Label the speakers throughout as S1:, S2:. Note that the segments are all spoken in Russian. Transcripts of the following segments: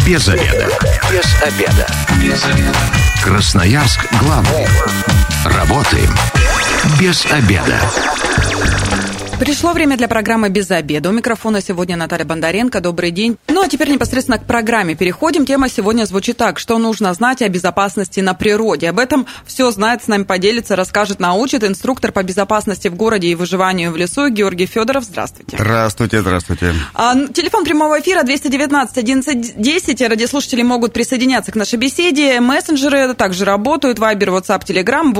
S1: Без обеда. Без обеда. Без обеда. Красноярск главный. Работаем без обеда.
S2: Пришло время для программы «Без обеда». У микрофона сегодня Наталья Бондаренко. Добрый день. Ну, а теперь непосредственно к программе переходим. Тема сегодня звучит так. Что нужно знать о безопасности на природе? Об этом все знает, с нами поделится, расскажет, научит инструктор по безопасности в городе и выживанию в лесу Георгий Федоров. Здравствуйте.
S3: Здравствуйте, здравствуйте.
S2: Телефон прямого эфира 219-11-10. Радиослушатели могут присоединяться к нашей беседе. Мессенджеры также работают. Вайбер, WhatsApp, Telegram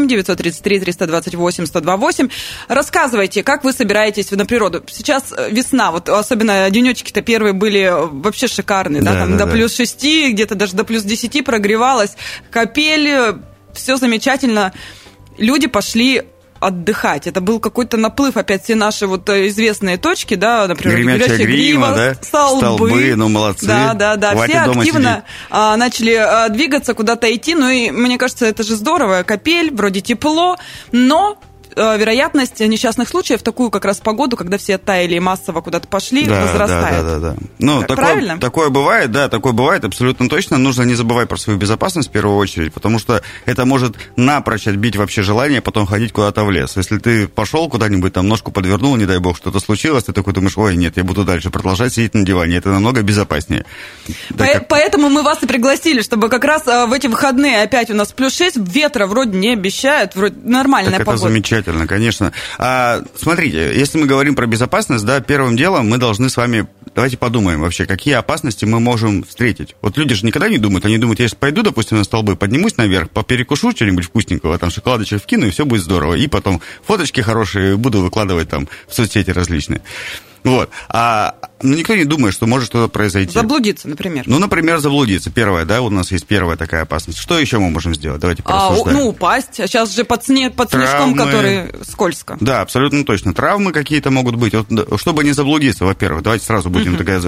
S2: 8-933-328-1028. Рассказывайте, как вы собираетесь на природу. Сейчас весна, вот особенно денечки-то первые были вообще шикарные, да, там до плюс 6, где-то даже до плюс 10 прогревалось, капель, все замечательно. Люди пошли отдыхать. Это был какой-то наплыв, опять все наши вот известные точки, да, например,
S3: Гремячая грива, да? Столбы, ну, молодцы.
S2: Да. Все активно начали двигаться, куда-то идти, ну и мне кажется, это же здорово. Капель, вроде тепло, но вероятность несчастных случаев в такую как раз погоду, когда все оттаяли и массово куда-то пошли, возрастает.
S3: Да. Ну, такое бывает, да, такое бывает абсолютно точно. Нужно не забывать про свою безопасность в первую очередь, потому что это может напрочь отбить вообще желание потом ходить куда-то в лес. Если ты пошел куда-нибудь, там ножку подвернул, не дай бог, что-то случилось, ты такой думаешь, ой, нет, я буду дальше продолжать сидеть на диване, это намного безопаснее.
S2: Поэтому мы вас и пригласили, чтобы как раз в эти выходные опять у нас плюс 6, ветра вроде не обещают, вроде нормальная погода.
S3: Это замечательно. Конечно. Смотрите, если мы говорим про безопасность, да, первым делом мы должны с вами, давайте подумаем вообще, какие опасности мы можем встретить. Вот люди же никогда не думают, они думают, я сейчас пойду, допустим, на столбы, поднимусь наверх, поперекушу что-нибудь вкусненького, там шоколадочек вкину, и все будет здорово. И потом фоточки хорошие буду выкладывать там в соцсети различные. Вот. Никто не думает, что может что-то произойти.
S2: Заблудиться, например.
S3: Ну, например, заблудиться. Первое, да, у нас есть первая такая опасность. Что еще мы можем сделать? Давайте порассуждаем.
S2: Упасть. А сейчас же под снежком, который скользко.
S3: Да, абсолютно точно. Травмы какие-то могут быть. Вот, чтобы не заблудиться, во-первых, давайте сразу будем то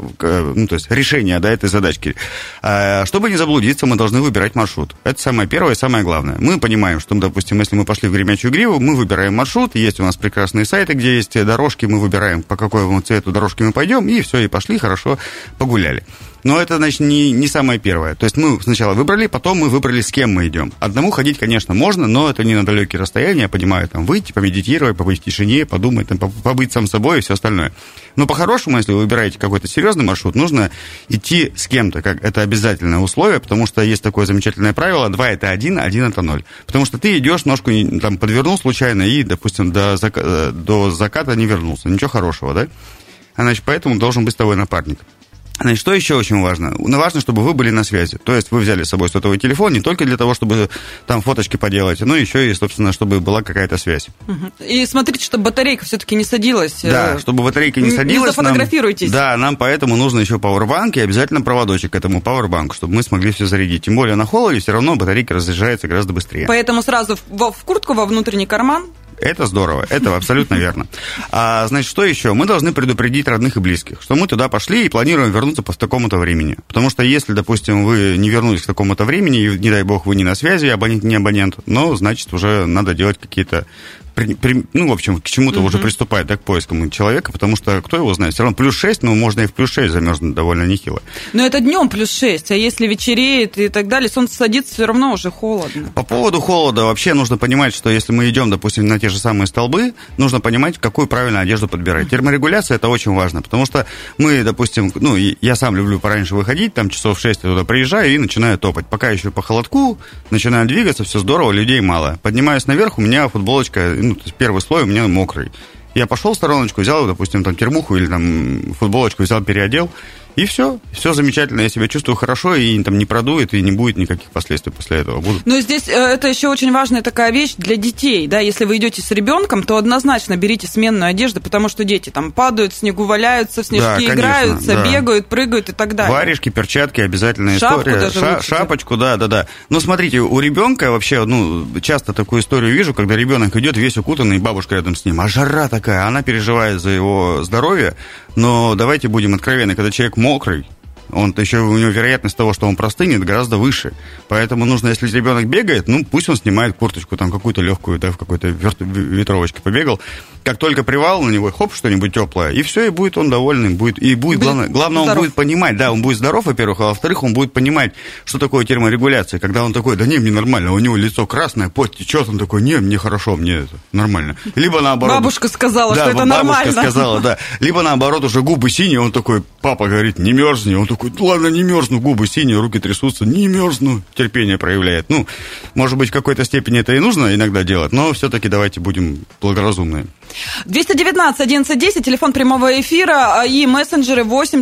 S3: есть решение, да, этой задачки. Чтобы не заблудиться, мы должны выбирать маршрут. Это самое первое и самое главное. Мы понимаем, что, допустим, если мы пошли в Гремячую гриву, мы выбираем маршрут, есть у нас прекрасные сайты, где есть дорожки, мы выбираем, по какому цвету дорожки мы пойдем, и все, и пошли, хорошо погуляли. Но это, значит, не самое первое. То есть мы сначала выбрали, потом мы выбрали, с кем мы идем. Одному ходить, конечно, можно, но это не на далекие расстояния, я понимаю, там, выйти, помедитировать, побыть в тишине, подумать, там, побыть сам собой и все остальное. Но по-хорошему, если вы выбираете какой-то серьезный маршрут, нужно идти с кем-то, как это обязательное условие, потому что есть такое замечательное правило: 2 – это 1, 1 – это 0. Потому что ты идешь, ножку там подвернул случайно и, допустим, до заката не вернулся. Ничего хорошего, да? Значит, поэтому должен быть с тобой напарник. Значит, что еще очень важно? Важно, чтобы вы были на связи. То есть вы взяли с собой сотовый телефон не только для того, чтобы там фоточки поделать, но еще и, собственно, чтобы была какая-то связь.
S2: И смотрите, чтобы батарейка все-таки не садилась.
S3: Да, чтобы батарейка не садилась.
S2: Не зафотографируйтесь.
S3: Нам поэтому нужно еще пауэрбанк и обязательно проводочек к этому пауэрбанку, чтобы мы смогли все зарядить. Тем более на холоде все равно батарейка разряжается гораздо быстрее.
S2: Поэтому сразу в куртку, во внутренний карман.
S3: Это здорово, это абсолютно верно. Значит, что еще? Мы должны предупредить родных и близких, что мы туда пошли и планируем вернуться по такому-то времени. Потому что если, допустим, вы не вернулись к такому-то времени, и, не дай бог, вы не на связи, абонент не абонент, но, значит, уже надо делать какие-то... в общем, к чему-то уже приступать, да, к поискам человека, потому что, кто его знает, все равно плюс 6, но можно и в плюс 6 замерзнуть довольно нехило.
S2: Но это днем плюс 6, а если вечереет и так далее, солнце садится, все равно уже холодно.
S3: По поводу холода вообще нужно понимать, что если мы идем, допустим, на те же самые столбы, нужно понимать, какую правильную одежду подбирать. Терморегуляция – это очень важно, потому что мы, допустим, я сам люблю пораньше выходить, там часов 6 я туда приезжаю и начинаю топать. Пока еще по холодку, начинаю двигаться, все здорово, людей мало. Поднимаюсь наверх, у меня футболочка, то есть первый слой у меня мокрый. Я пошел в стороночку, взял, допустим, там термуху или там футболочку, взял, переодел, и все замечательно, я себя чувствую хорошо, и там не продует, и не будет никаких последствий после этого.
S2: Но здесь это еще очень важная такая вещь для детей, да, если вы идете с ребенком, то однозначно берите сменную одежду, потому что дети там падают, в снегу валяются, в снежки играются, бегают, прыгают и так далее.
S3: Варежки, перчатки, обязательная
S2: шапку
S3: история.
S2: Даже
S3: шапочку, да. Но смотрите, у ребенка вообще, часто такую историю вижу, когда ребенок идет весь укутанный, бабушка рядом с ним, а жара такая, она переживает за его здоровье, но давайте будем откровенны, когда человек мокрый, у него вероятность того, что он простынет, гораздо выше. Поэтому нужно, если ребенок бегает, пусть он снимает курточку, там какую-то легкую, да, в какой-то ветровочке побегал. Как только привал на него, хоп, что-нибудь теплое, и все, и будет он довольный, главное, он будет понимать, да, он будет здоров, во-первых, а во-вторых, он будет понимать, что такое терморегуляция, когда он такой, да не, мне нормально, у него лицо красное, пот течет, он такой, не, мне хорошо, мне это нормально. Либо наоборот.
S2: Бабушка сказала,
S3: да,
S2: что это нормально.
S3: Бабушка сказала, да. Либо наоборот, уже губы синие, он такой, папа говорит, не мерзни, он такой, ладно, не мерзну, губы синие, руки трясутся, не мерзну, терпение проявляет. Может быть, в какой-то степени это и нужно иногда делать, но все-таки давайте будем благоразумные.
S2: 219-11-10, телефон прямого эфира и мессенджеры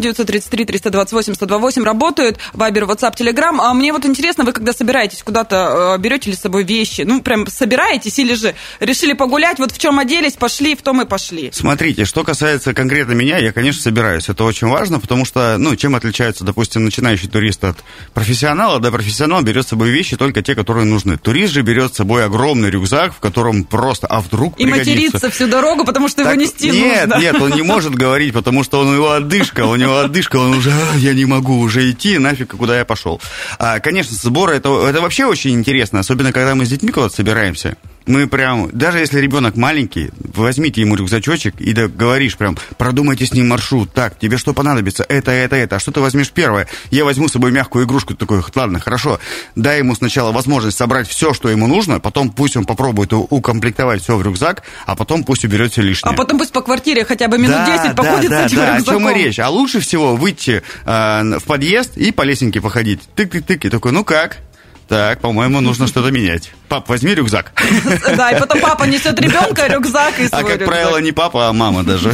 S2: 8-933-328-128 работают, Вайбер, WhatsApp, Telegram. А мне вот интересно, вы когда собираетесь куда-то, берете ли с собой вещи? Прям собираетесь или же решили погулять, вот в чем оделись, пошли, в том и пошли?
S3: Смотрите, что касается конкретно меня, я, конечно, собираюсь. Это очень важно, потому что, чем отличается, допустим, начинающий турист от профессионала? Да, профессионал берет с собой вещи только те, которые нужны. Турист же берет с собой огромный рюкзак, в котором просто, а вдруг пригодится.
S2: И матерится всю дорогу, потому что его нести нужно.
S3: Нет, он не может говорить, потому что у него одышка, он уже, я не могу уже идти, нафиг, куда я пошел. Конечно, сборы, это вообще очень интересно, особенно когда мы с детьми куда-то собираемся. Мы прям, даже если ребенок маленький, возьмите ему рюкзачочек и говоришь прям, продумайте с ним маршрут. Так, тебе что понадобится? Это. А что ты возьмешь первое? Я возьму с собой мягкую игрушку. Такой, ладно, хорошо. Дай ему сначала возможность собрать все, что ему нужно, потом пусть он попробует укомплектовать все в рюкзак, а потом пусть уберет все лишнее.
S2: А потом пусть по квартире хотя бы минут 10 походит с этим рюкзаком.
S3: О чем и речь? А лучше всего выйти в подъезд и по лесенке походить. Тык-тык-тык. И такой, как? Так, по-моему, нужно что-то менять. Пап, возьми рюкзак.
S2: Да, и потом папа несет ребенка, рюкзак и свой рюкзак.
S3: А, как правило, не папа, а мама даже.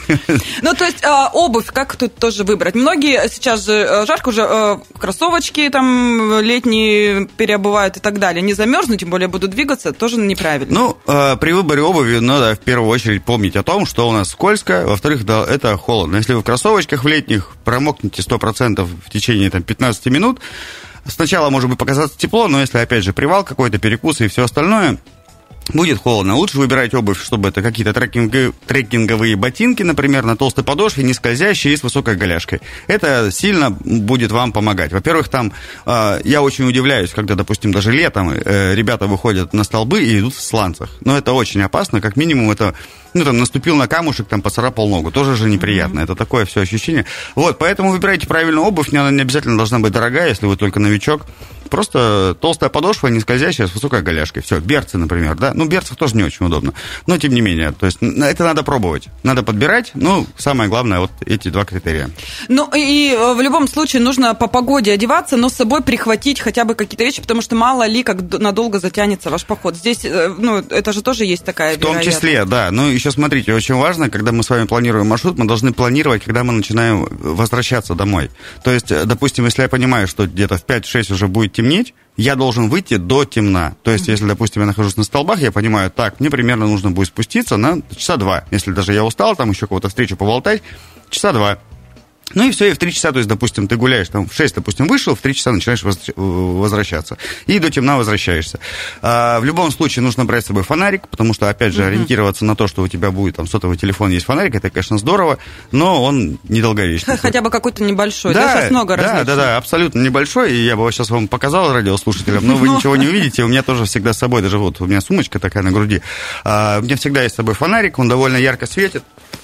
S2: То есть обувь, как тут тоже выбрать? Многие сейчас же жарко уже кроссовочки там летние переобувают и так далее. Не замерзнут, тем более будут двигаться, тоже неправильно.
S3: При выборе обуви надо в первую очередь помнить о том, что у нас скользко, во-вторых, да, это холодно. Если вы в кроссовочках в летних промокнете 100% в течение 15 минут, сначала, может быть, показаться тепло, но если, опять же, привал какой-то, перекус и все остальное, будет холодно. Лучше выбирать обувь, чтобы это какие-то трекинговые ботинки, например, на толстой подошве, не скользящие и с высокой голяшкой. Это сильно будет вам помогать. Во-первых, там я очень удивляюсь, когда, допустим, даже летом ребята выходят на столбы и идут в сланцах. Но это очень опасно. Как минимум, это наступил на камушек, поцарапал ногу. Тоже же неприятно. Это такое все ощущение. Поэтому выбирайте правильную обувь. Она не обязательно должна быть дорогая, если вы только новичок. Просто толстая подошва, не скользящая, с высокой голяшкой. Все, берцы, например, да? Берцев тоже не очень удобно. Но, тем не менее, то есть это надо пробовать. Надо подбирать. Самое главное, эти два критерия.
S2: И в любом случае нужно по погоде одеваться, но с собой прихватить хотя бы какие-то вещи, потому что мало ли, как надолго затянется ваш поход. Здесь, это же тоже есть такая вероятность.
S3: В том числе, да. Еще смотрите, очень важно, когда мы с вами планируем маршрут, мы должны планировать, когда мы начинаем возвращаться домой. То есть, допустим, если я понимаю, что где-то в 5-6 уже будет темнеть, я должен выйти до темна. То есть, если, допустим, я нахожусь на столбах, я понимаю, так, мне примерно нужно будет спуститься на часа 2. Если даже я устал, еще кого-то встречу поболтать, часа 2. И все, и в 3 часа, то есть, допустим, ты гуляешь, в 6, допустим, вышел, в 3 часа начинаешь возвращаться. И до темна возвращаешься. В любом случае нужно брать с собой фонарик, потому что, опять же, ориентироваться на то, что у тебя будет сотовый телефон, есть фонарик, это, конечно, здорово, но он недолговечный.
S2: Хотя бы какой-то небольшой, да? Сейчас много различных. Да,
S3: абсолютно небольшой, и я бы сейчас вам показал радиослушателям, но вы ничего не увидите, у меня тоже всегда с собой, даже у меня сумочка такая на груди, у меня всегда есть с собой фонарик, он довольно ярко светит.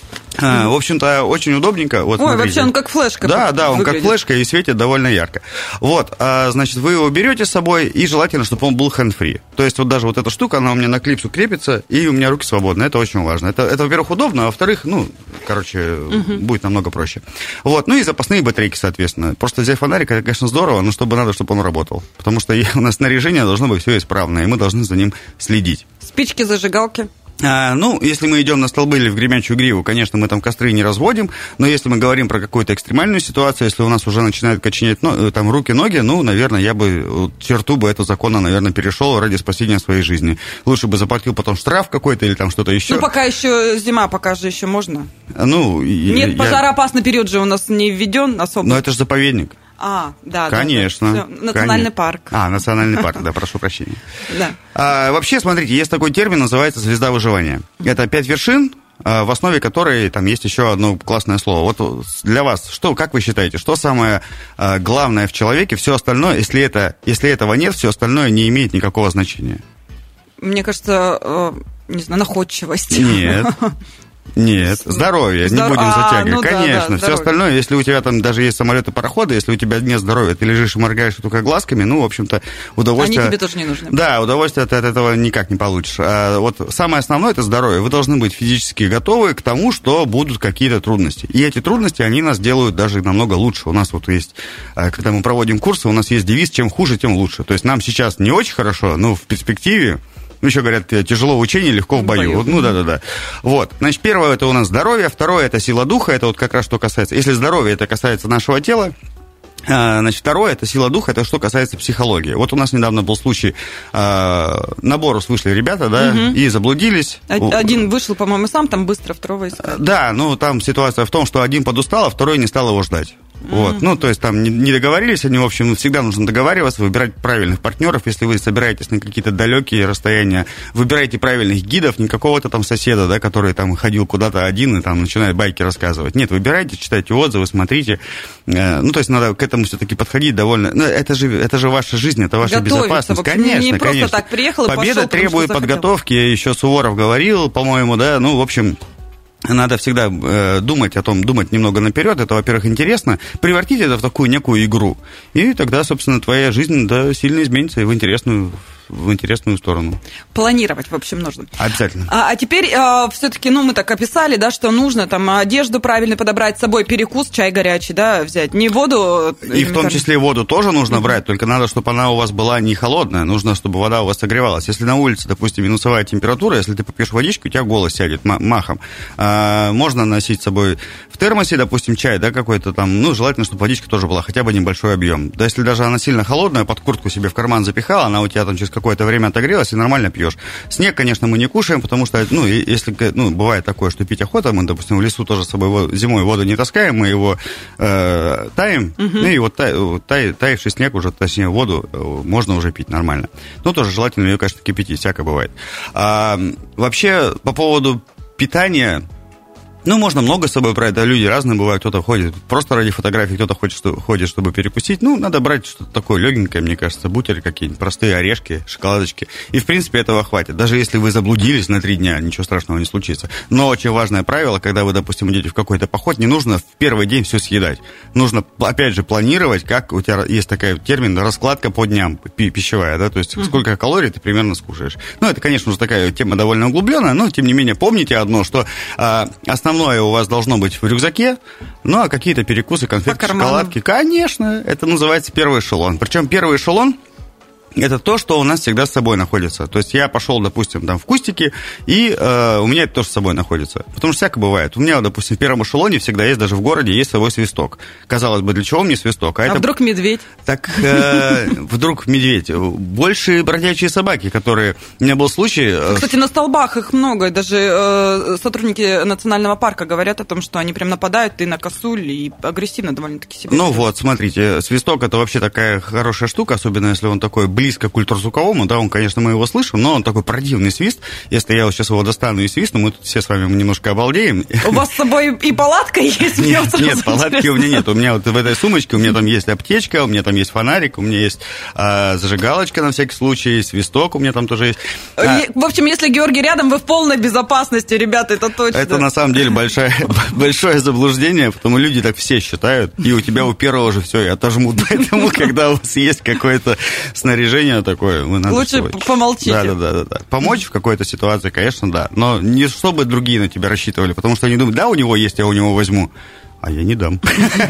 S3: В общем-то, очень удобненько.
S2: Вообще он как флешка.
S3: Да, он
S2: выглядит.
S3: как флешка и светит довольно ярко. Значит, вы его берете с собой, и желательно, чтобы он был hand-free. То есть, даже эта штука, она у меня на клипсу крепится, и у меня руки свободны. Это очень важно. Это во-первых, удобно, а во-вторых, будет намного проще. И запасные батарейки, соответственно. Просто взять фонарик, это, конечно, здорово, но чтобы он работал. Потому что у нас снаряжение должно быть все исправно, и мы должны за ним следить.
S2: Спички, зажигалки?
S3: Если мы идем на столбы или в гремячую гриву, конечно, мы там костры не разводим, но если мы говорим про какую-то экстремальную ситуацию, если у нас уже начинают коченеть руки, ноги, наверное, я бы черту эту закона, наверное, перешел ради спасения своей жизни. Лучше бы заплатил потом штраф какой-то или там что-то еще.
S2: Пока еще зима, пока же еще можно.
S3: Нет,
S2: пожароопасный период же у нас не введен особо.
S3: Но это же заповедник.
S2: Да.
S3: Конечно.
S2: Да. Национальный парк.
S3: Национальный парк, да, прошу прощения.
S2: Да.
S3: Вообще, смотрите, есть такой термин, называется «звезда выживания». Это 5 вершин, в основе которой там есть еще одно классное слово. Вот для вас, как вы считаете, что самое главное в человеке? Все остальное, если этого нет, все остальное не имеет никакого значения.
S2: Мне кажется, не знаю, находчивость.
S3: Нет, здоровье, не будем затягивать. Конечно, все
S2: здоровье.
S3: Остальное, если у тебя там даже есть самолеты, пароходы, если у тебя нет здоровья, ты лежишь и моргаешь только глазками, в общем-то, удовольствие...
S2: Они тебе тоже не нужны.
S3: Да, удовольствие ты от этого никак не получишь. А вот самое основное – это здоровье. Вы должны быть физически готовы к тому, что будут какие-то трудности. И эти трудности, они нас делают даже намного лучше. У нас вот есть, когда мы проводим курсы, у нас есть девиз «чем хуже, тем лучше». То есть нам сейчас не очень хорошо, но в перспективе, еще говорят, тяжело в учении, легко в бою. Да. Вот. Значит, первое – это у нас здоровье, второе – это сила духа, это вот как раз что касается... Если здоровье, это касается нашего тела, значит, второе – это сила духа, это что касается психологии. Вот у нас недавно был случай, на Борус вышли ребята, и заблудились.
S2: Один вышел, по-моему, сам там быстро, второго искали.
S3: Да, там ситуация в том, что один подустал, а второй не стал его ждать. Вот. То есть там не договорились они, в общем, всегда нужно договариваться, выбирать правильных партнеров, если вы собираетесь на какие-то далекие расстояния, выбирайте правильных гидов, не какого-то там соседа, который там ходил куда-то один и там начинает байки рассказывать. Нет, выбирайте, читайте отзывы, смотрите. То есть надо к этому все-таки подходить довольно... Это же ваша жизнь, это ваша безопасность. Конечно,
S2: не просто так приехал и пошел.
S3: Победа требует подготовки, еще Суворов говорил, по-моему, в общем... Надо всегда думать немного наперед. Это, во-первых, интересно. Превратить это в такую некую игру. И тогда, собственно, твоя жизнь сильно изменится и в интересную сторону.
S2: Планировать, в общем, нужно.
S3: Обязательно.
S2: А теперь все-таки, мы так описали, что нужно там одежду правильно подобрать, с собой перекус, чай горячий, взять. Не воду.
S3: И в том числе воду тоже нужно брать, только надо, чтобы она у вас была не холодная, нужно, чтобы вода у вас согревалась. Если на улице, допустим, минусовая температура, если ты попьешь водичку, у тебя голос сядет махом. Можно носить с собой в термосе, допустим, чай, какой-то там, желательно, чтобы водичка тоже была, хотя бы небольшой объем. Да, если даже она сильно холодная, под куртку себе в карман запихала, она у тебя там через какое-то время отогрелась и нормально пьешь. Снег, конечно, мы не кушаем, потому что, если, бывает такое, что пить охота, мы, допустим, в лесу тоже с собой зимой воду не таскаем, мы его таем, и вот таявший снег уже, точнее, воду можно уже пить нормально. Тоже желательно ее, конечно, кипятить, всякое бывает. Вообще, по поводу питания... можно много с собой брать, люди разные бывают, кто-то ходит просто ради фотографий, кто-то ходит, чтобы перекусить. Надо брать что-то такое легенькое, мне кажется, бутеры какие-нибудь, простые орешки, шоколадочки. И, в принципе, этого хватит. Даже если вы заблудились на 3 дня, ничего страшного не случится. Но очень важное правило, когда вы, допустим, идете в какой-то поход, не нужно в первый день все съедать. Нужно, опять же, планировать, как у тебя есть такой термин, раскладка по дням пищевая, то есть сколько калорий ты примерно скушаешь. Это, конечно, уже такая тема довольно углубленная, но, тем не менее, помните одно, что основное у вас должно быть в рюкзаке, а какие-то перекусы, конфетки, шоколадки, конечно, это называется первый эшелон. Причем первый эшелон – это то, что у нас всегда с собой находится. То есть я пошел, допустим, в кустики, и у меня это тоже с собой находится. Потому что всякое бывает. У меня, допустим, в первом эшелоне всегда есть, даже в городе, есть свой свисток. Казалось бы, для чего мне свисток? А
S2: вдруг медведь?
S3: Так, вдруг медведь. Больше бродячие собаки, которые... У меня был случай...
S2: Кстати, на столбах их много. Даже сотрудники национального парка говорят о том, что они прям нападают и на косуль, и агрессивно довольно-таки себя ведут.
S3: Смотрите, свисток – это вообще такая хорошая штука, особенно если он такой близко к ультразвуковому, он, конечно, мы его слышим, но он такой противный свист. Если я сейчас его достану и свистну, мы тут все с вами немножко обалдеем.
S2: У вас с собой и палатка есть?
S3: Нет, палатки у меня нет. У меня вот в этой сумочке, у меня там есть аптечка, у меня там есть фонарик, у меня есть зажигалочка на всякий случай, свисток у меня там тоже есть.
S2: В общем, если Георгий рядом, вы в полной безопасности, ребята, это точно.
S3: Это на самом деле большое заблуждение, потому люди так все считают, и у тебя у первого же все и отожмут. Поэтому, когда у вас есть какое-то снаряжение такое, вы надо...
S2: Лучше помолчите.
S3: Да. Помочь в какой-то ситуации, конечно, да. Но не чтобы другие на тебя рассчитывали, потому что они думают, у него есть, я у него возьму. А я не дам.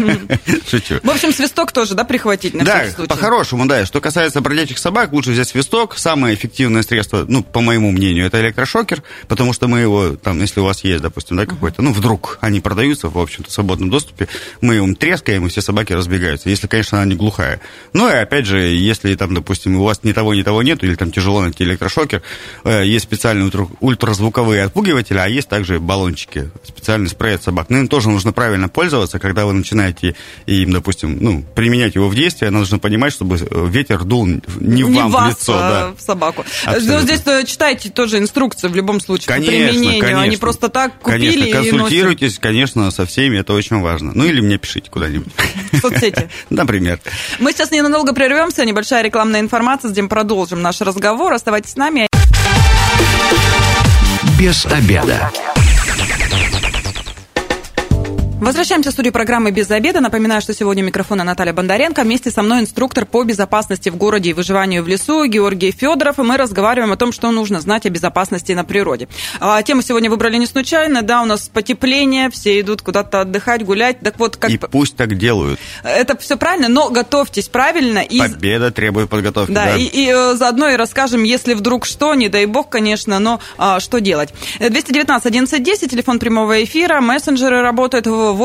S3: Шучу.
S2: В общем, свисток тоже, прихватить на всякий случай?
S3: Да, по-хорошему, да. Что касается бродячих собак, лучше взять свисток. Самое эффективное средство, по моему мнению, это электрошокер, потому что мы его, если у вас есть, допустим, какой-то, вдруг они продаются, в общем-то, в свободном доступе, мы им трескаем, и все собаки разбегаются, если, конечно, она не глухая. И, опять же, если, допустим, у вас ни того нету, или тяжело найти электрошокер, есть специальные ультразвуковые отпугиватели, а есть также баллончики, специальный спрей от собак. Им тоже нужно правильно пользоваться, пользоваться, когда вы начинаете им, допустим, применять его в действии, нужно понимать, чтобы ветер дул не вам в лицо.
S2: В собаку. Но здесь читайте тоже инструкцию в любом случае по применению, а не просто так купили и
S3: консультируйтесь, конечно, со всеми, это очень важно. Или мне пишите куда-нибудь.
S2: В соцсети.
S3: Например.
S2: Мы сейчас ненадолго прервемся, небольшая рекламная информация, затем продолжим наш разговор. Оставайтесь с нами.
S1: Без обеда.
S2: Возвращаемся в студию программы «Без обеда». Напоминаю, что сегодня у микрофона Наталья Бондаренко. Вместе со мной инструктор по безопасности в городе и выживанию в лесу Георгий Федоров. И мы разговариваем о том, что нужно знать о безопасности на природе. Тему сегодня выбрали не случайно. Да, у нас потепление, все идут куда-то отдыхать, гулять. Так вот,
S3: и пусть так делают.
S2: Это все правильно, но готовьтесь правильно.
S3: Победа требует подготовки.
S2: Да, и заодно и расскажем, если вдруг что, не дай бог, конечно, но что делать. 219-11-10, телефон прямого эфира, мессенджеры работают в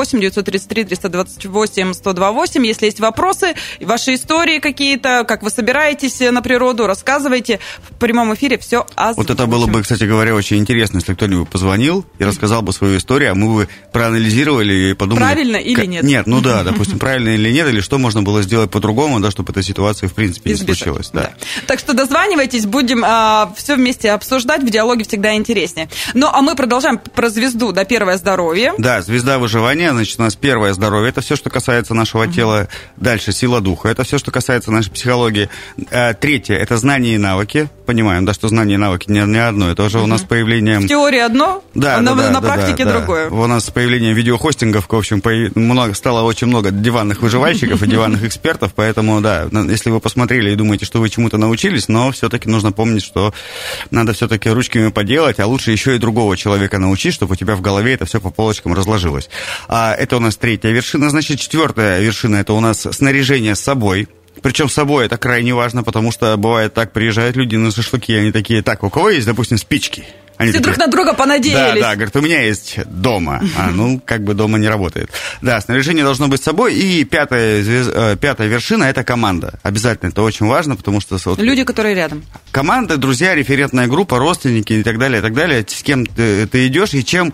S2: 8-933-328-128. Если есть вопросы, ваши истории какие-то, как вы собираетесь на природу, рассказывайте. В прямом эфире все озвучим.
S3: Вот это было бы, кстати говоря, очень интересно, если кто-нибудь позвонил и рассказал бы свою историю, а мы бы проанализировали и подумали...
S2: Правильно или нет?
S3: Нет, допустим, правильно или нет, или что можно было сделать по-другому, да, чтобы эта ситуация, в принципе, не случилась. Да.
S2: Так что дозванивайтесь, будем все вместе обсуждать, в диалоге всегда интереснее. А мы продолжаем про звезду, да, первое здоровье.
S3: Да, звезда выживания. Значит, у нас первое здоровье, это все, что касается нашего тела. Дальше сила духа, это все, что касается нашей психологии. Третье, это знания и навыки. Понимаем, да, что знания и навыки не одно. Это уже у нас появлением...
S2: В теории одно, а на практике другое.
S3: У нас с появлением видеохостингов, в общем, стало очень много диванных выживальщиков и диванных экспертов, поэтому, да, если вы посмотрели и думаете, что вы чему-то научились, но все-таки нужно помнить, что надо все-таки ручками поделать, а лучше еще и другого человека научить, чтобы у тебя в голове это все по полочкам разложилось. Это у нас третья вершина. Значит, четвертая вершина – это у нас снаряжение с собой. Причем с собой это крайне важно, потому что бывает так, приезжают люди на шашлыки, они такие, так, у кого есть, допустим, спички?
S2: Они все такие, друг на друга понадеялись.
S3: Да, говорят, у меня есть дома. Дома не работает. Да, снаряжение должно быть с собой. И пятая вершина – это команда. Обязательно, это очень важно, потому что...
S2: Люди, которые рядом.
S3: Команда, друзья, референтная группа, родственники и так далее, с кем ты идешь. И чем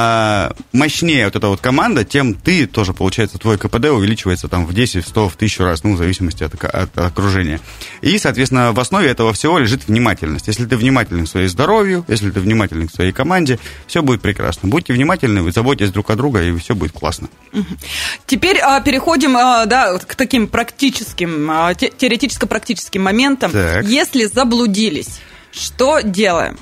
S3: мощнее вот эта вот команда, тем ты тоже, получается, твой КПД увеличивается там в 10, в 100, в 1000 раз, в зависимости от окружения. И, соответственно, в основе этого всего лежит внимательность. Если ты внимателен к своему здоровью, если ты внимательны к своей команде, все будет прекрасно. Будьте внимательны, вы заботитесь друг о друге, и все будет классно.
S2: Теперь переходим к таким практическим, теоретическо-практическим моментам. Так. Если заблудились, что делаем?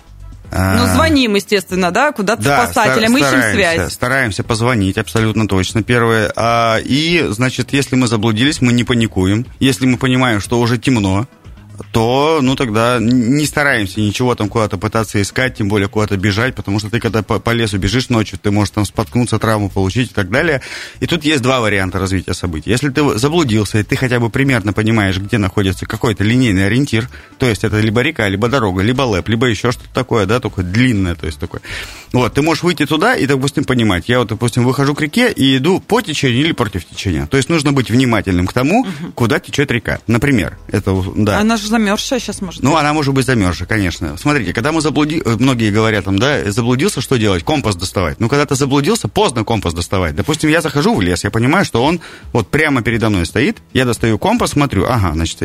S2: Звоним, естественно, да, куда-то спасателям, ищем связь.
S3: Стараемся позвонить, абсолютно точно, первое. И, значит, если мы заблудились, мы не паникуем. Если мы понимаем, что уже темно, то, тогда не стараемся ничего там куда-то пытаться искать, тем более куда-то бежать, потому что ты, когда по лесу бежишь ночью, ты можешь там споткнуться, травму получить и так далее. И тут есть два варианта развития событий. Если ты заблудился, и ты хотя бы примерно понимаешь, где находится какой-то линейный ориентир, то есть это либо река, либо дорога, либо лэп, либо еще что-то такое, да, такое длинное, то есть такое. Вот, ты можешь выйти туда и, допустим, понимать, я допустим, выхожу к реке и иду по течению или против течения. То есть нужно быть внимательным к тому, куда течет река. Например, это, да.
S2: Она же замерзшая сейчас может
S3: быть. Она может быть замерзшая, конечно. Смотрите, когда мы многие говорят там, да, заблудился, что делать? Компас доставать. Когда ты заблудился, поздно компас доставать. Допустим, я захожу в лес, я понимаю, что он вот прямо передо мной стоит, я достаю компас, смотрю, значит,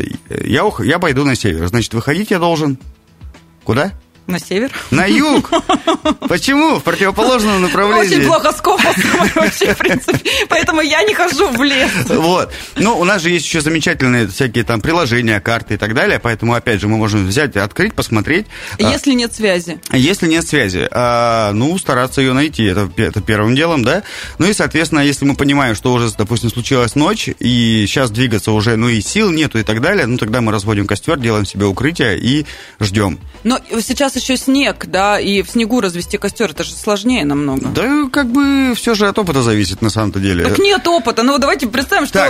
S3: я пойду на север. Значит, выходить я должен куда?
S2: На север.
S3: На юг. Почему? В противоположном направлении.
S2: Очень плохо с компасом вообще, в принципе. Поэтому я не хожу в лес.
S3: Вот. У нас же есть еще замечательные всякие там приложения, карты и так далее. Поэтому, опять же, мы можем взять, открыть, посмотреть.
S2: Если нет связи.
S3: Если нет связи. Стараться ее найти. Это первым делом, да. И, соответственно, если мы понимаем, что уже, допустим, случилась ночь, и сейчас двигаться уже, и сил нету и так далее, тогда мы разводим костер, делаем себе укрытие и ждем.
S2: Но сейчас еще снег, да, и в снегу развести костер, это же сложнее намного.
S3: Да, все же от опыта зависит на самом-то деле.
S2: Так нет опыта. Давайте представим, что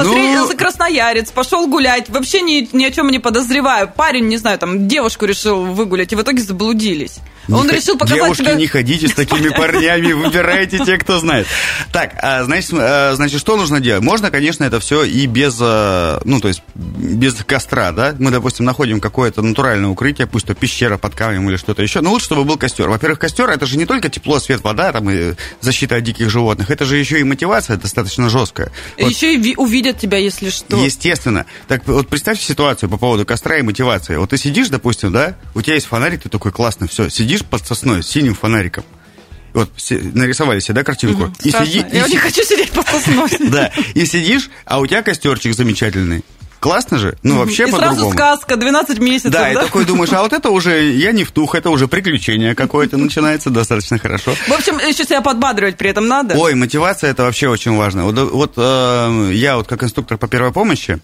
S2: красноярец пошел гулять, вообще ни о чем не подозревая. Парень, не знаю, там девушку решил выгулять, и в итоге заблудились. Он решил показать
S3: девушки,
S2: себя...
S3: не ходите с такими парнями, выбирайте те, кто знает. Так, значит, что нужно делать? Можно, конечно, это все и без, без костра, да? Мы, допустим, находим какое-то натуральное укрытие, пусть то пещера под камнем, камнем или что-то еще. Но лучше, чтобы был костер. Во-первых, костер — это же не только тепло, свет, вода, там, и защита от диких животных. Это же еще и мотивация достаточно жесткая. Вот.
S2: Еще и увидят тебя, если что.
S3: Естественно. Так вот представьте ситуацию по поводу костра и мотивации. Вот ты сидишь, допустим, да, у тебя есть фонарик, ты такой, классно, все, сидишь под сосной с синим фонариком. Вот нарисовали себе, да, картинку?
S2: Я не хочу сидеть под сосной.
S3: Да, и сидишь, а у тебя костерчик замечательный. Классно же? Ну, вообще
S2: и
S3: по-другому.
S2: И сразу сказка, 12 месяцев,
S3: да? Да, и такой думаешь, а вот это уже, я не втух, это уже приключение какое-то начинается достаточно хорошо.
S2: В общем, еще себя подбадривать при этом надо.
S3: Ой, мотивация — это вообще очень важно. Вот я вот как инструктор по первой помощи,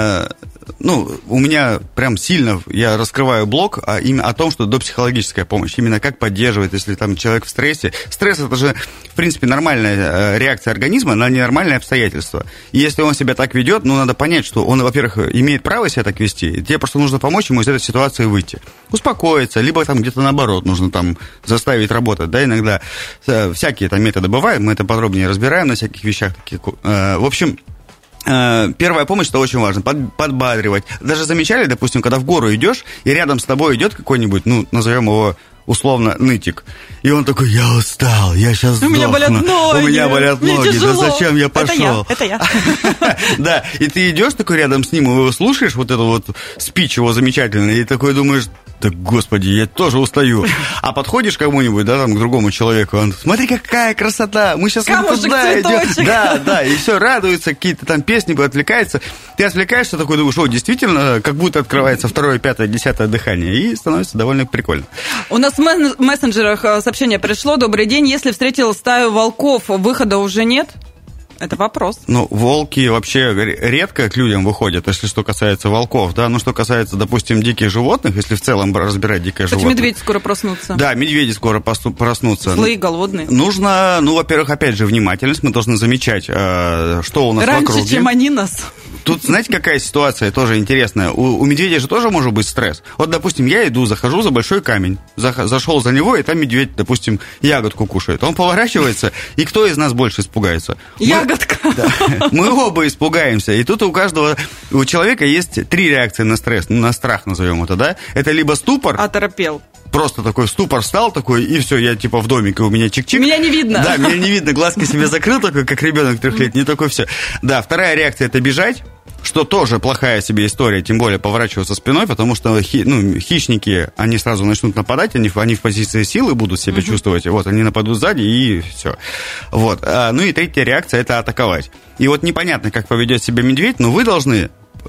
S3: у меня прям сильно, я раскрываю блок именно о том, что допсихологическая помощь, именно как поддерживать, если там человек в стрессе. Стресс — это же, в принципе, нормальная реакция организма на ненормальные обстоятельства. И если он себя так ведет, надо понять, что он, во-первых, имеет право себя так вести, тебе просто нужно помочь ему из этой ситуации выйти. Успокоиться, либо там где-то наоборот нужно там заставить работать, да, иногда всякие там методы бывают, мы это подробнее разбираем на всяких вещах. В общем, первая помощь — это очень важно, подбадривать. Даже замечали, допустим, когда в гору идешь, и рядом с тобой идет какой-нибудь, назовем его условно нытик, и он такой: я устал, я сейчас сдохну.
S2: У меня болят ноги,
S3: да зачем я пошел?
S2: Это я.
S3: Да, и ты идешь такой рядом с ним, и его слушаешь, вот эту вот спич его замечательный, и такой думаешь: да господи, я тоже устаю. А подходишь к кому-нибудь, да, там, к другому человеку, он: смотри, какая красота, мы сейчас туда идем. Да, и все, радуется, какие-то там песни, отвлекается. Ты отвлекаешься, такой думаешь: действительно, как будто открывается 2-е, 5-е, 10-е дыхание, и становится довольно прикольно.
S2: У нас в мессенджерах сообщение пришло: добрый день, если встретил стаю волков, выхода уже нет? Это вопрос.
S3: Волки вообще редко к людям выходят, если что касается волков, да. Что касается, допустим, диких животных, если в целом разбирать дикое животное.
S2: Кстати, медведи скоро проснутся.
S3: Да, медведи скоро проснутся.
S2: Злые, голодные.
S3: Нужно, во-первых, опять же, внимательность. Мы должны замечать, что у нас
S2: раньше,
S3: вокруг.
S2: Раньше, чем они нас.
S3: Тут, знаете, какая ситуация тоже интересная? У медведя же тоже может быть стресс. Вот, допустим, я захожу за большой камень, зашел за него, и там медведь, допустим, ягодку кушает. Он поворачивается, и кто из нас больше испугается?
S2: Ягодка.
S3: Мы оба испугаемся. И тут у человека есть 3 реакции на стресс, на страх, назовем это, да? Это либо ступор.
S2: Оторопел.
S3: Просто такой ступор встал такой, и все, я типа в домике, у меня чик-чик.
S2: Меня не видно.
S3: Да, меня не видно, глазки себе закрыл такой, как ребенок 3-летний, такой все. Да, вторая реакция — это бежать, что тоже плохая себе история, тем более поворачиваться спиной, потому что хищники, они сразу начнут нападать, они в позиции силы будут себя чувствовать, вот, они нападут сзади, и все. Вот. И третья реакция — это атаковать. И вот непонятно, как поведет себя медведь, но вы должны...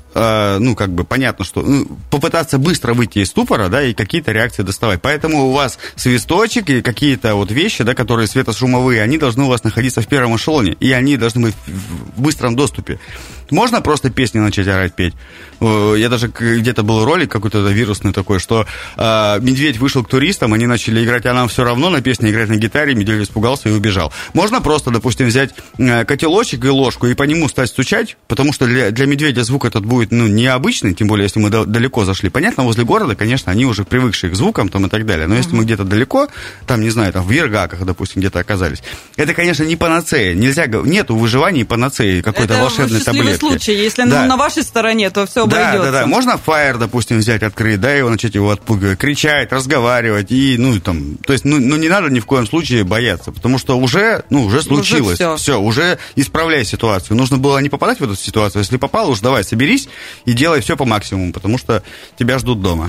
S3: понятно, что попытаться быстро выйти из ступора, да, и какие-то реакции доставать. Поэтому у вас свисточек и какие-то вот вещи, да, которые светошумовые, они должны у вас находиться в первом эшелоне, и они должны быть в быстром доступе. Можно просто песни начать орать, петь. Я даже где-то был ролик какой-то вирусный такой, что медведь вышел к туристам, они начали играть, а нам все равно на песне играть на гитаре, медведь испугался и убежал. Можно просто, допустим, взять котелочек и ложку и по нему стать стучать, потому что для медведя звук этот будет необычный, тем более, если мы далеко зашли. Понятно, возле города, конечно, они уже привыкшие к звукам там, и так далее. Но если мы где-то далеко, там, не знаю, там в Вергаках, допустим, где-то оказались, это, конечно, не панацея. Нету выживания панацеи, какой-то волшебной таблетки.
S2: Случай, если на вашей стороне, то все обойдется.
S3: Да. Можно фаер, допустим, взять, открыть, да, и начать его отпугивать, кричать, разговаривать, и, то есть, не надо ни в коем случае бояться, потому что уже случилось. Все, уже исправляй ситуацию. Нужно было не попадать в эту ситуацию. Если попал, уж давай, соберись и делай все по максимуму, потому что тебя ждут дома.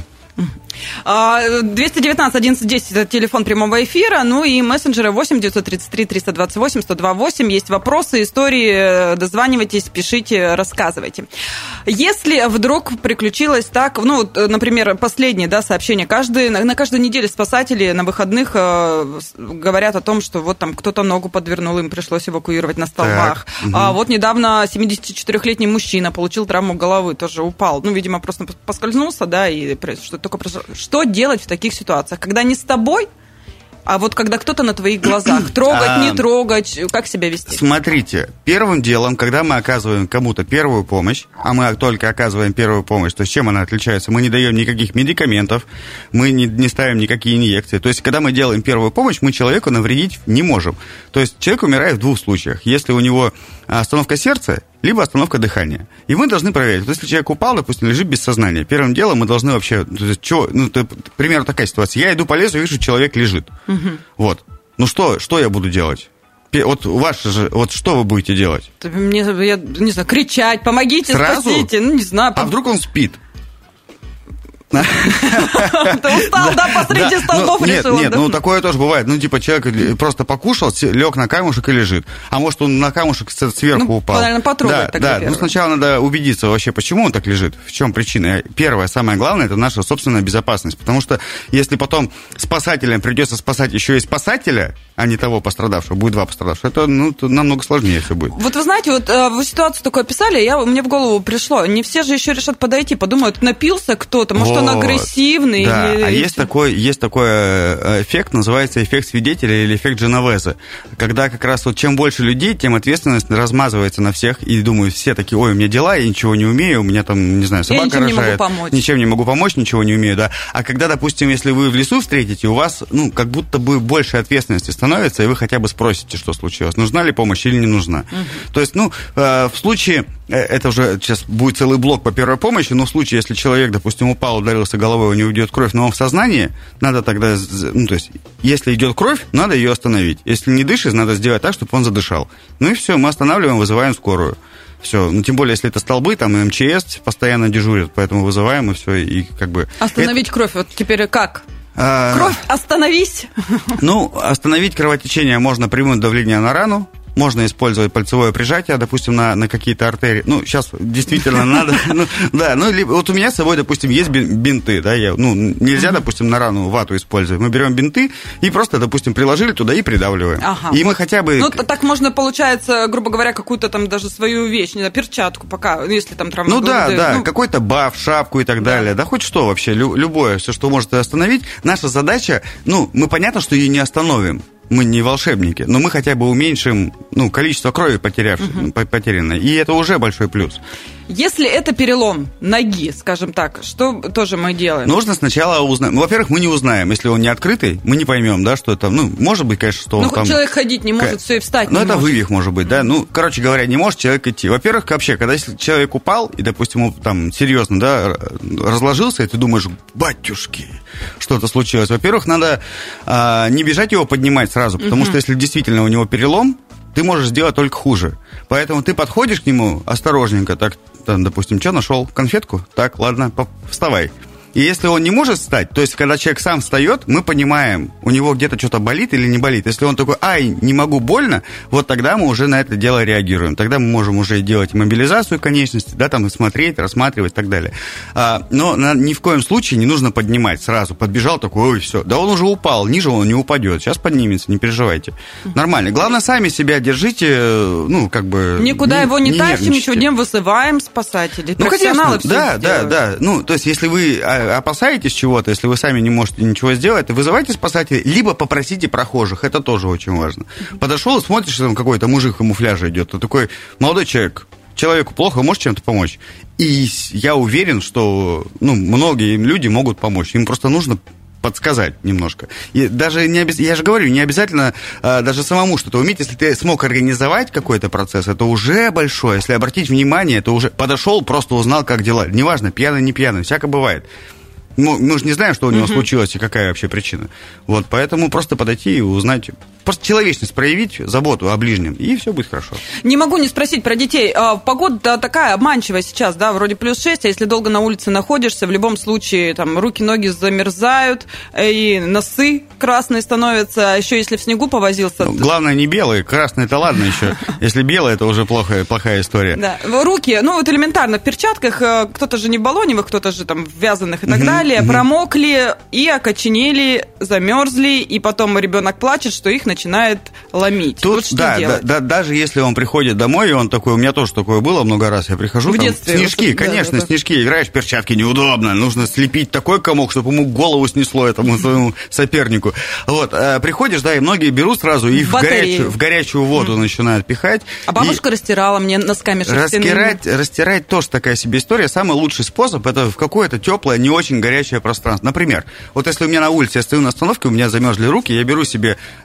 S2: 219-11-10 это телефон прямого эфира, и мессенджеры 8-933-328-1028. Есть вопросы, истории, дозванивайтесь, пишите, рассказывайте. Если вдруг приключилось так, например, последнее, да, сообщение, на каждой неделе спасатели на выходных говорят о том, что вот там кто-то ногу подвернул, им пришлось эвакуировать на столбах. Вот недавно 74-летний мужчина получил травму головы, тоже упал, видимо, просто поскользнулся, да, и что-то только произошло. Что делать в таких ситуациях, когда не с тобой, а вот когда кто-то на твоих глазах? Трогать, не трогать, как себя вести?
S3: Смотрите, первым делом, когда мы оказываем кому-то первую помощь, а мы только оказываем первую помощь, то есть чем она отличается? Мы не даем никаких медикаментов, мы не ставим никакие инъекции. То есть, когда мы делаем первую помощь, мы человеку навредить не можем. То есть, человек умирает в 2 случаях. Если у него остановка сердца, либо остановка дыхания. И мы должны проверить. Вот если человек упал, допустим, лежит без сознания, первым делом мы должны вообще... Примерно такая ситуация. Я иду по лесу, вижу, человек лежит. Вот. Ну что я буду делать? Вот ваше же, вот что вы будете делать?
S2: Мне, я не знаю, кричать, помогите,
S3: сразу?
S2: Спасите, ну не знаю.
S3: А вдруг он спит?
S2: Ты устал, да, посреди столбов решил.
S3: Нет, ну такое тоже бывает. Ну, типа, человек просто покушал, лег на камушек и лежит. А может, он на камушек сверху упал.
S2: Наверное, потрогать тогда.
S3: Да, ну сначала надо убедиться вообще, почему он так лежит, в чем причина. Первое, самое главное, это наша собственная безопасность. Потому что если потом спасателям придется спасать еще и спасателя, а не того пострадавшего, будет два пострадавших, это намного сложнее все будет.
S2: Вот вы знаете, вот вы ситуацию такую описали, мне в голову пришло, не все же еще решат подойти, подумают, напился кто-то, может, он агрессивный.
S3: Да,
S2: или...
S3: а есть такой эффект, называется эффект свидетеля или эффект Дженовеза, когда как раз вот чем больше людей, тем ответственность размазывается на всех, и думаю, все такие, ой, у меня дела, я ничего не умею, у меня там, не знаю, собака рожает. Ничем не могу помочь, ничего не умею, да. А когда, допустим, если вы в лесу встретите, у вас, как будто бы больше ответственности становится, и вы хотя бы спросите, что случилось, нужна ли помощь или не нужна. То есть, в случае, это уже сейчас будет целый блок по первой помощи, но в случае, если человек, допустим, упал, ударился головой, у него идет кровь, но он в сознании, надо тогда, то есть, если идет кровь, надо ее остановить. Если не дышит, надо сделать так, чтобы он задышал. Ну и все, мы останавливаем, вызываем скорую. Все, тем более, если это столбы, там и МЧС постоянно дежурят, поэтому вызываем, и все, и как бы...
S2: Остановить кровь, вот теперь как? Кровь, остановись!
S3: Остановить кровотечение можно прямым давлением на рану, можно использовать пальцевое прижатие, допустим, на какие-то артерии. Сейчас действительно надо... Вот у меня с собой, допустим, есть бинты, да, нельзя, допустим, на рану вату использовать. Мы берем бинты и просто, допустим, приложили туда и придавливаем. И мы хотя бы...
S2: так можно, получается, грубо говоря, какую-то там даже свою вещь, не знаю, перчатку пока, если там травма...
S3: какой-то баф, шапку и так далее, да, хоть что вообще, любое, все, что может остановить. Наша задача, мы понятно, что ее не остановим. Мы не волшебники, но мы хотя бы уменьшим количество крови потерянной, и это уже большой плюс.
S2: Если это перелом ноги, скажем так, что тоже мы делаем?
S3: Нужно сначала узнать. Во-первых, мы не узнаем. Если он не открытый, мы не поймем, да, что это. Может быть, конечно, что он там...
S2: человек ходить не может, все, и встать не может.
S3: Это вывих, может быть, да. Короче говоря, не может человек идти. Во-первых, вообще, когда если человек упал, и, допустим, он там серьезно, да, разложился, и ты думаешь, батюшки, что-то случилось. Во-первых, надо не бежать его поднимать сразу, потому что если действительно у него перелом, ты можешь сделать только хуже. Поэтому ты подходишь к нему осторожненько, так, допустим, что нашел? Конфетку? Так, ладно, вставай. И если он не может встать, то есть, когда человек сам встает, мы понимаем, у него где-то что-то болит или не болит. Если он такой, не могу, больно, вот тогда мы уже на это дело реагируем. Тогда мы можем уже делать мобилизацию конечности, да, там, и смотреть, рассматривать и так далее. Но ни в коем случае не нужно поднимать сразу. Подбежал такой, ой, все. Да он уже упал, ниже он не упадет. Сейчас поднимется, не переживайте. Нормально. Главное, сами себя держите,
S2: Никуда его не тащим, ничего не вызываем спасателей. Профессионалы все сделают.
S3: Да. То есть, если вы опасаетесь чего-то, если вы сами не можете ничего сделать, вызывайте спасателей, либо попросите прохожих, это тоже очень важно. Подошел и смотришь, там какой-то мужик в камуфляже идет, такой молодой человек, человеку плохо, может чем-то помочь. И я уверен, что многие люди могут помочь, им просто нужно подсказать немножко. И даже я же говорю, не обязательно даже самому что-то уметь. Если ты смог организовать какой-то процесс, это уже большое. Если обратить внимание, это уже подошел, просто узнал, как дела. Неважно, пьяный, не пьяный, всякое бывает. Мы же не знаем, что у него случилось и какая вообще причина. Вот, поэтому просто подойти и узнать, просто человечность проявить, заботу о ближнем, и все будет хорошо.
S2: Не могу не спросить про детей. Погода такая обманчивая сейчас, да, вроде плюс 6, а если долго на улице находишься, в любом случае, там, руки, ноги замерзают, и носы красные становятся, а еще если в снегу повозился...
S3: Главное, не белые, красные-то ладно еще. Если белые, это уже плохая история.
S2: Да, руки, вот элементарно, в перчатках, кто-то же не в баллоневых, кто-то же там в вязаных и так далее, промокли и окоченели, замерзли, и потом ребенок плачет, что их начинает ломить.
S3: Тут, даже если он приходит домой, и он такой, у меня тоже такое было много раз, я прихожу,
S2: в
S3: там,
S2: детстве,
S3: снежки, конечно, снежки, играешь в перчатки, неудобно, нужно слепить такой комок, чтобы ему голову снесло, этому своему сопернику. Вот, приходишь, да, и многие берут сразу и в горячую воду начинают пихать.
S2: А бабушка растирала мне носками шерстяными.
S3: Растирать тоже такая себе история. Самый лучший способ — это в какое-то теплое, не очень горячее пространство. Например, вот если у меня на улице, я стою на остановке, у меня замерзли руки, я беру себе свои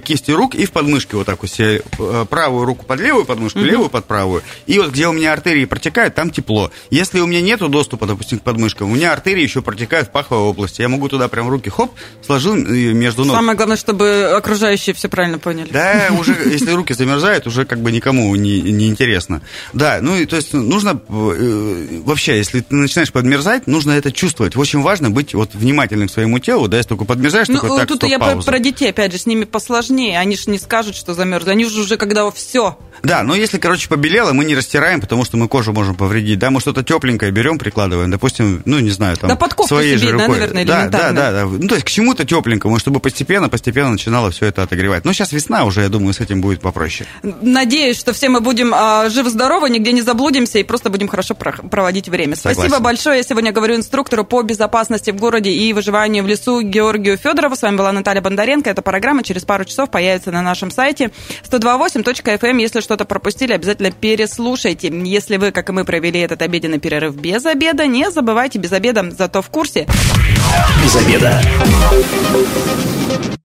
S3: кисти рук и в подмышке вот так вот себе правую руку под левую подмышку, левую под правую. И вот где у меня артерии протекают, там тепло. Если у меня нету доступа, допустим, к подмышкам, у меня артерии еще протекают в паховой области. Я могу туда прям руки, хоп, сложил между ног.
S2: Самое главное, чтобы окружающие все правильно поняли.
S3: Да, уже, если руки замерзают, уже как бы никому не интересно. Да, ну и то есть нужно вообще, если ты начинаешь подмерзать, нужно это чувствовать. Очень важно быть вот внимательным к своему телу, да, если только подмерзаешь, только так,
S2: тут я про детей, опять же, с ними посложнее. Они же не скажут, что замерзли. Они же уже когда все.
S3: Да, но если, короче, побелело, мы не растираем, потому что мы кожу можем повредить. Да, мы что-то тепленькое берем, прикладываем, допустим, ну, не знаю, там,
S2: да, подков
S3: своей
S2: себе,
S3: же рукой.
S2: Да, наверное, элементарно.
S3: Да. Ну, то есть к чему-то тепленькому, чтобы постепенно начинало все это отогревать. Но сейчас весна уже, я думаю, с этим будет попроще.
S2: Надеюсь, что все мы будем живы-здоровы, нигде не заблудимся и просто будем хорошо проводить время.
S3: Согласен.
S2: Спасибо большое. Я сегодня говорю инструктору по безопасности в городе и выживанию в лесу Георгию Федорову. С вами была Наталья Бондаренко. Эта программа через пару часов появится на нашем сайте 102.8.fm. Если что-то пропустили, обязательно переслушайте. Если вы, как и мы, провели этот обеденный перерыв без обеда, не забывайте, без обеда, зато в курсе.
S1: Без обеда.